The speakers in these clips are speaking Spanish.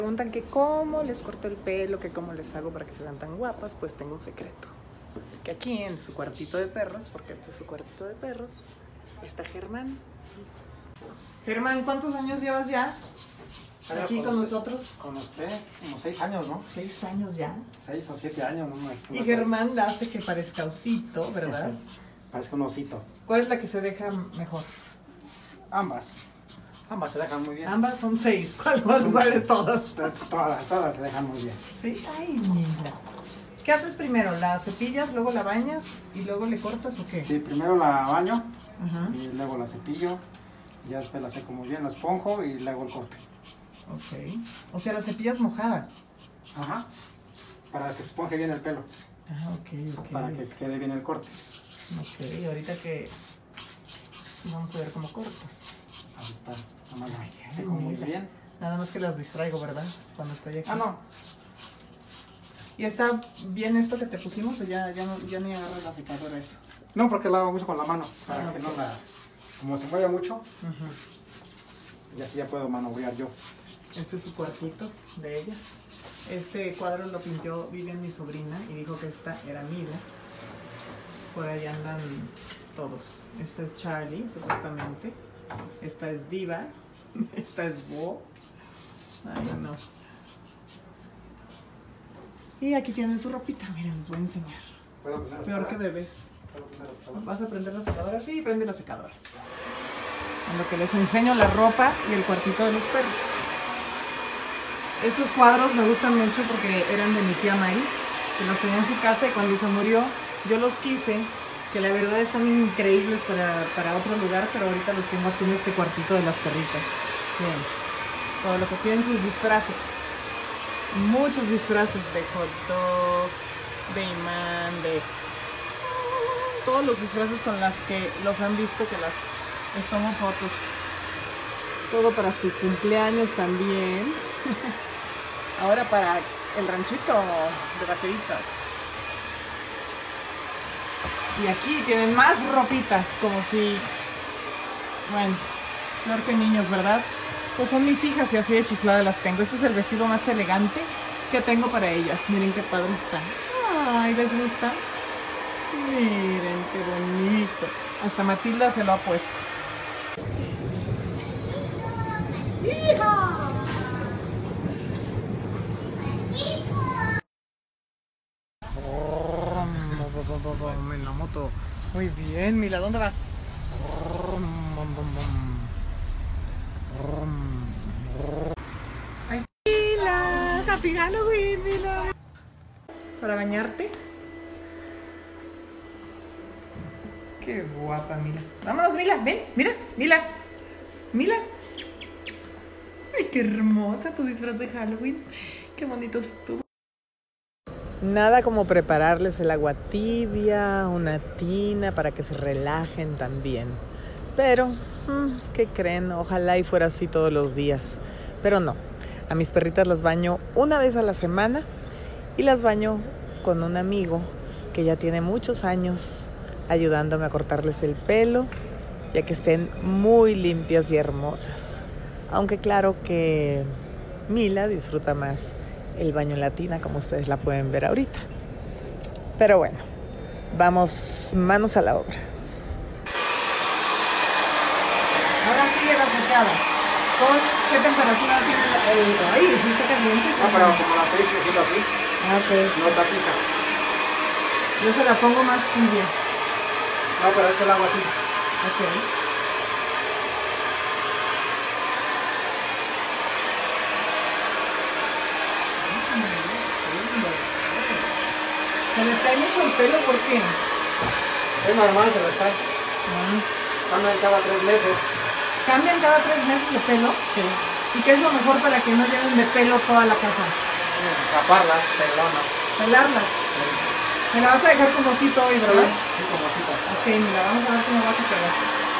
Preguntan que cómo les corto el pelo, que cómo les hago para que se vean tan guapas. Pues tengo un secreto. Que aquí en su cuartito de perros, porque este es su cuartito de perros, está Germán. Germán, ¿cuántos años llevas ya aquí con nosotros? Con usted, como 6 años, ¿no? 6 años ya. 6 o 7 años, ¿no? Y Germán la hace que parezca osito, ¿verdad? Parece un osito. ¿Cuál es la que se deja mejor? Ambas. Ambas se dejan muy bien. Ambas son 6. ¿Cuál de todas? Todas se dejan muy bien. Sí, ay, mira. ¿Qué haces primero? ¿La cepillas, luego la bañas y luego le cortas o qué? Sí, primero la baño Ajá. y luego la cepillo. Ya después la seco muy bien, la esponjo y le hago el corte. Ok. O sea, la cepillas mojada. Ajá. Para que se esponje bien el pelo. Ah, ok. Para que quede bien el corte. Ok, ahorita que... Vamos a ver cómo cortas. Ahorita, nomás la seco muy bien. Nada más que las distraigo, ¿verdad? Cuando estoy aquí. Ah, no. ¿Y está bien esto que te pusimos o ya ni agarras la secadora eso? No, porque la hago mucho con la mano. Para Ah, que ok. no la... Como se mueve mucho, Ujú. y así ya puedo manobrear yo. Este es su cuartito de ellas. Este cuadro lo pintó Vivian, mi sobrina, y dijo que esta era Mila. Por ahí andan todos. Esta es Charlie, supuestamente. Esta es Diva. Esta es Bo. Ay, no. Y aquí tienen su ropita. Miren, les voy a enseñar. ¿Puedo prender la Peor que secadora? bebés. ¿Puedo prender la secadora? ¿Vas a prender la secadora? Sí, prende la secadora. En lo que les enseño la ropa y el cuartito de los perros. Estos cuadros me gustan mucho porque eran de mi tía Mari, que los tenía en su casa y cuando se murió yo los quise, que la verdad están increíbles para otro lugar, pero ahorita los tengo aquí en este cuartito de las perritas. Bien. Todo lo que tienen sus disfraces. Muchos disfraces de hot dog, de imán, de... Todos los disfraces con las que los han visto, que les tomo fotos. Todo para su cumpleaños también. Ahora para el ranchito de vaqueritas. Y aquí tienen más ropita, como si... Bueno, peor que niños, ¿verdad? Pues son mis hijas y así de chiflada las tengo. Este es el vestido más elegante que tengo para ellas. Miren qué padre está. Ay, ¿les gusta? Miren qué bonito. Hasta Matilda se lo ha puesto. ¡Hija! En la moto. Muy bien, Mila, ¿dónde vas? Ay, Mila, Happy Halloween, Mila. ¿Para bañarte? Qué guapa, Mila. Vámonos, Mila, ven, mira, Mila. Mila. Ay, qué hermosa tu disfraz de Halloween. Qué bonito estuvo. Nada como prepararles el agua tibia, una tina para que se relajen también. Pero, ¿qué creen? Ojalá y fuera así todos los días. Pero no, a mis perritas las baño una vez a la semana y las baño con un amigo que ya tiene muchos años ayudándome a cortarles el pelo, ya que estén muy limpias y hermosas. Aunque claro que Mila disfruta más el baño en la tina, como ustedes la pueden ver ahorita. Pero bueno, vamos manos a la obra. Ahora sigue la secada. ¿Con qué temperatura tiene el...? Ay, ¿sí está caliente? No, pero como la estoy diciendo así, Ah, ok. no está fija. Yo se la pongo más tibia. No, pero es que el agua así. Ok. Se les cae mucho el pelo, ¿por qué? Es normal, se lo está. Cambian cada 3 meses. ¿Cambian cada 3 meses de pelo? Sí. ¿Y qué es lo mejor para que no lleven de pelo toda la casa? Raparlas, pelonas. Pelarlas. Me la vas a dejar como osito hoy, ¿verdad? Sí, como así. Ok, mira, vamos a ver cómo vas a quedar.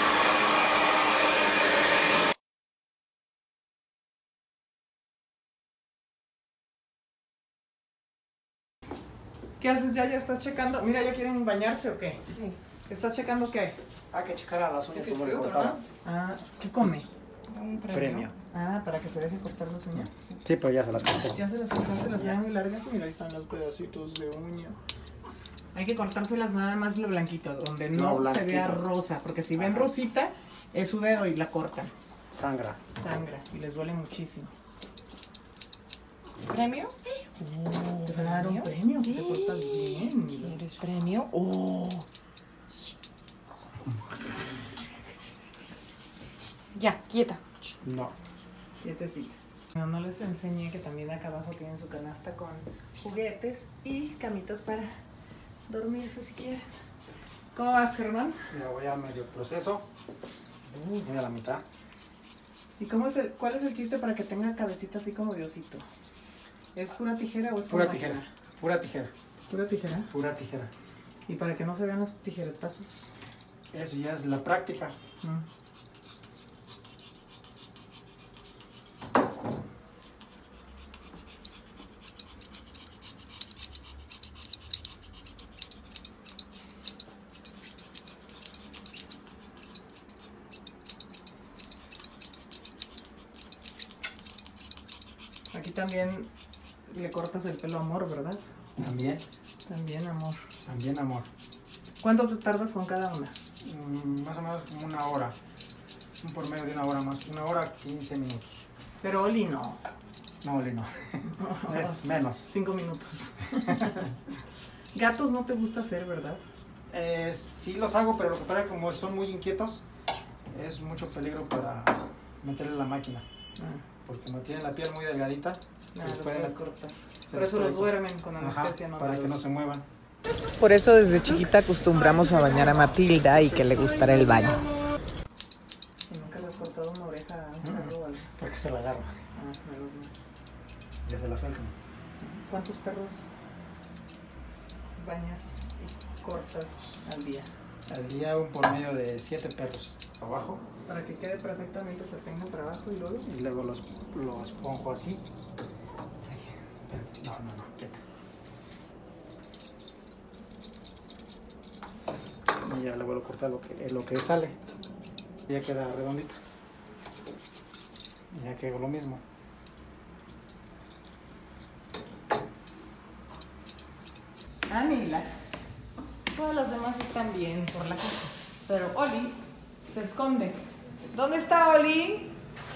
¿Qué haces ya? ¿Ya estás checando? Mira, ¿ya quieren bañarse o qué? Sí. ¿Estás checando qué hay? Hay que checar a las uñas If it's como les good or cortaron. not. Ah, ¿qué come? Un Premio. Ah, para que se deje cortar las uñas. Sí, pero ya se las corté. Ya se las cortaste, las vean muy largas. Mira, ahí están los pedacitos de uña. Hay que cortárselas nada más lo blanquito, donde no se vea rosa. Porque si ven rosita, es su dedo y la cortan. Sangra. Sangra y les duele muchísimo. ¿Premio? Te van a dar un premio si Sí. te cortas bien. ¿Quieres premio? Oh. Ya, quieta. No. Quietecita. No les enseñé que también acá abajo tienen su canasta con juguetes y camitas para dormirse si quieren. ¿Cómo vas, Germán? Ya voy a medio proceso. Voy a la mitad. ¿Y cuál es el chiste para que tenga cabecita así como Diosito? ¿Es pura tijera o es Pura con tijera. máquina? Pura tijera. Pura tijera. Pura tijera. Y para que no se vean los tijeretazos. Eso ya es la práctica. Aquí también le cortas el pelo a Amor, ¿verdad? También. También Amor. También, amor. ¿Cuánto te tardas con cada una? Más o menos como una hora. Un por medio de una hora más. 1 hora 15 minutos. Pero Oli no. No, Oli, no. Es menos. 5 minutos. Gatos no te gusta hacer, ¿verdad? Sí los hago, pero lo que pasa es que como son muy inquietos, es mucho peligro para meterle la máquina. Porque como tienen la piel muy delgadita, Los puedes cortar. se Por les eso puede los duermen con anestesia. Ajá, para que no se muevan. Por eso desde chiquita acostumbramos a bañar a Matilda y que le gustara el baño. ¿Y nunca le has cortado una oreja a un perro o algo? Porque se la agarra. Menos mal. Ya se la sueltan. ¿Cuántos perros bañas y cortas al día? Al día un por medio de 7 perros. Abajo. Para que quede perfectamente se tenga para abajo y luego. Y luego los pongo así. No, quieta. Y ya le vuelvo a cortar lo que sale. Y ya queda redondita. Y ya que hago lo mismo. Ah, Mila. Todas las demás están bien por la casa. Pero Oli se esconde. ¿Dónde está Oli?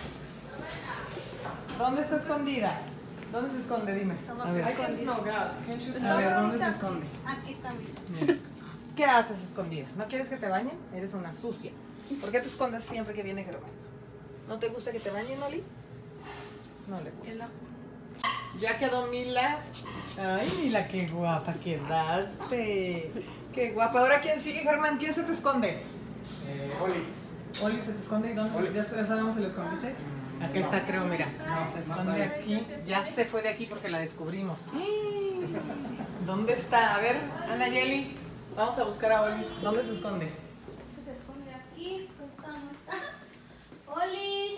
¿Dónde está escondida? ¿Dónde se esconde? Dime. A ver, I can smell gas. Can't you smell? a ver, ¿dónde se esconde? Aquí está mi. Mira. ¿Qué haces escondida? ¿No quieres que te bañen? Eres una sucia. ¿Por qué te escondes siempre que viene Germán? ¿No te gusta que te bañen, Oli? No le gusta. Ya quedó Mila. Ay, Mila, qué guapa quedaste. Qué guapa. Ahora, ¿quién sigue, Germán? ¿Quién se te esconde? Oli. Oli se te esconde. ¿Y dónde? Oli. ¿Ya sabemos el escondite? Aquí está, creo, mira. Se esconde aquí. Ya se fue de aquí porque la descubrimos. ¿Dónde está? A ver, Anayeli, vamos a buscar a Oli. ¿Dónde se esconde? Se esconde aquí. ¿Dónde está? Oli.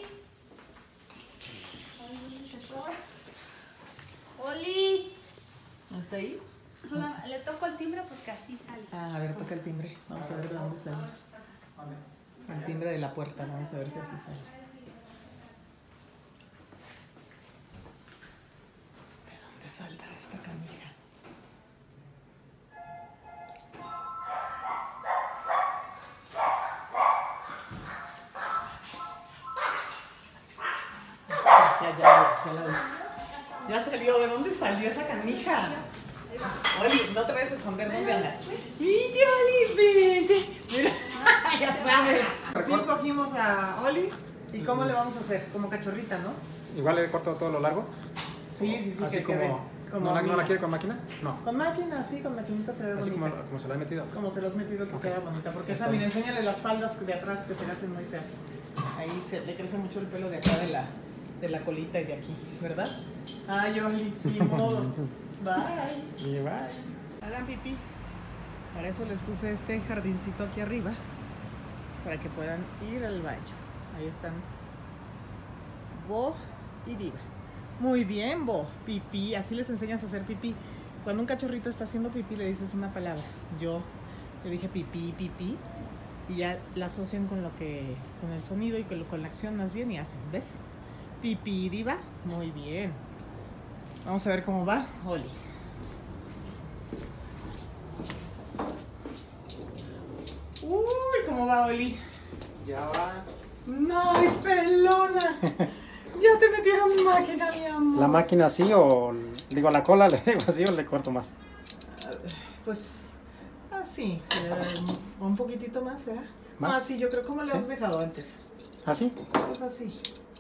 Oli, se fue. Oli. ¿No está ahí? Le toco el timbre porque así sale. Ah, a ver, toca el timbre. Vamos a ver de dónde sale. El timbre de la puerta. Vamos a ver si así sale. ¿De dónde saldrá esta canija? Ya la vi. Ya salió. ¿De dónde salió esa canija? Oli, no te vayas a esconder. ¿Dónde andas? ¡Y tío Oli, vente! Mira, ya sabes. Por fin cogimos a Oli. ¿Y cómo le vamos a hacer? Como cachorrita, ¿no? Igual le corto todo lo largo. Sí. Así que como. quede ¿No la Mila. quiere con máquina? No. Con máquina, sí, con maquinita se ve Así bonita. como se la he metido. Como se lo has metido que Ok. queda bonita. Porque esa, Está mira, bien. enséñale las faldas de atrás que se le hacen muy feas. Ahí le crece mucho el pelo de acá de la colita y de aquí, ¿verdad? Ay, Oli, ni modo. Bye. Y bye. Hagan pipí. Para eso les puse este jardincito aquí arriba. Para que puedan ir al baño. Ahí están Bo y Diva. Muy bien, Bo. Pipí. Así les enseñas a hacer pipí. Cuando un cachorrito está haciendo pipí, le dices una palabra. Yo le dije pipí, pipí. Y ya la asocian con el sonido y con la acción más bien y hacen. ¿Ves? Pipí, diva. Muy bien. Vamos a ver cómo va Oli. Uy, ¿cómo va Oli? Ya va. No, pelona. Ya te metieron máquina, mi amor. ¿La máquina así o digo la cola le digo así o le corto más? Pues así, un poquitito más, ¿verdad? ¿Más? No, así, yo creo como lo ¿Sí? has dejado antes. ¿Así? Pues así.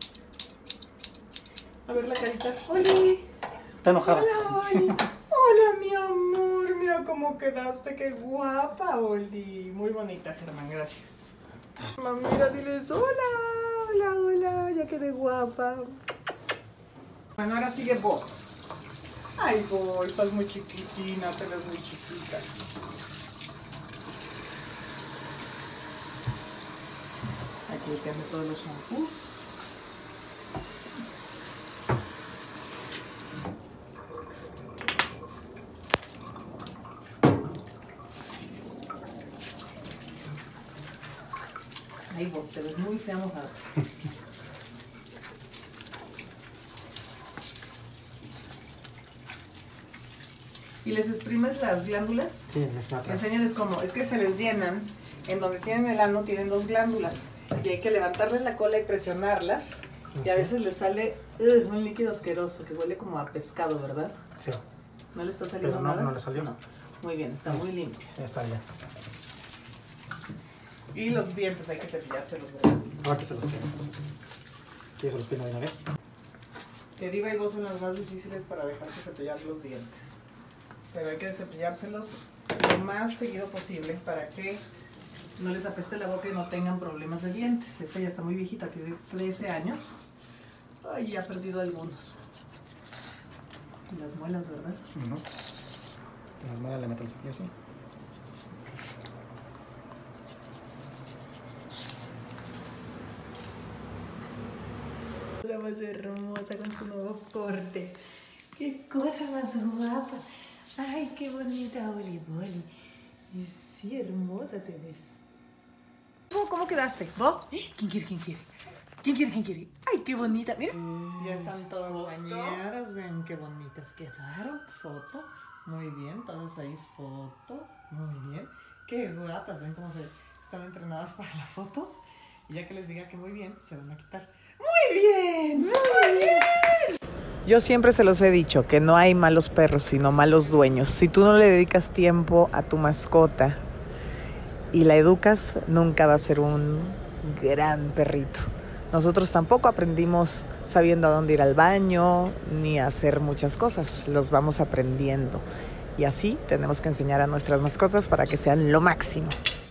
A ver la carita. ¡Oli! Está enojada. Hola, Oli. Hola, mi amor. Mira cómo quedaste. Qué guapa, Oli. Muy bonita, Germán. Gracias. Mamita, diles hola. Hola, hola. Ya quedé guapa. Bueno, ahora sigue Bo. Ay, Bo, estás muy chiquitina. Te ves muy chiquita. Aquí tiene todos los shampoos. Ay, Bob, te ves muy fea mojada. ¿Y les exprimes las glándulas? Sí, les va atrás. Enséñales cómo. Es que se les llenan. En donde tienen el ano tienen dos glándulas. Y hay que levantarles la cola y presionarlas. Y a veces les sale un líquido asqueroso que huele como a pescado, ¿verdad? Sí, ¿No le está saliendo pero no, nada? no le salió. No. Muy bien, está muy limpio. Ya está ya. Y los dientes hay que cepillárselos, ¿verdad? Ahora que se los pino. ¿Quieres se los pino de una vez? Que Diva y vos son las más difíciles para dejarse cepillar los dientes. Pero hay que cepillárselos lo más seguido posible para que no les apeste la boca y no tengan problemas de dientes. Esta ya está muy viejita, tiene 13 años. Ay, ya ha perdido algunos. Y las muelas, ¿verdad? Las malas le meto el cepillo así. Cosa más hermosa con su nuevo corte. Qué cosa más guapa. Ay, qué bonita Oli Boli. Y sí, hermosa te ves. ¿Cómo quedaste? ¿Vos? ¿Quién quiere? ¿Quién quiere? ¿Quién quiere? ¿Quién quiere? Ay, qué bonita. Mira. Ya están todas bañadas. Vean qué bonitas quedaron. Foto. Muy bien. Todas ahí foto. Muy bien. Qué guapas. Ven cómo se están entrenadas para la foto. Y ya que les diga que muy bien, se van a quitar. ¡Muy bien! ¡Muy bien! Yo siempre se los he dicho que no hay malos perros, sino malos dueños. Si tú no le dedicas tiempo a tu mascota y la educas, nunca va a ser un gran perrito. Nosotros tampoco aprendimos sabiendo a dónde ir al baño ni a hacer muchas cosas. Los vamos aprendiendo. Y así tenemos que enseñar a nuestras mascotas para que sean lo máximo.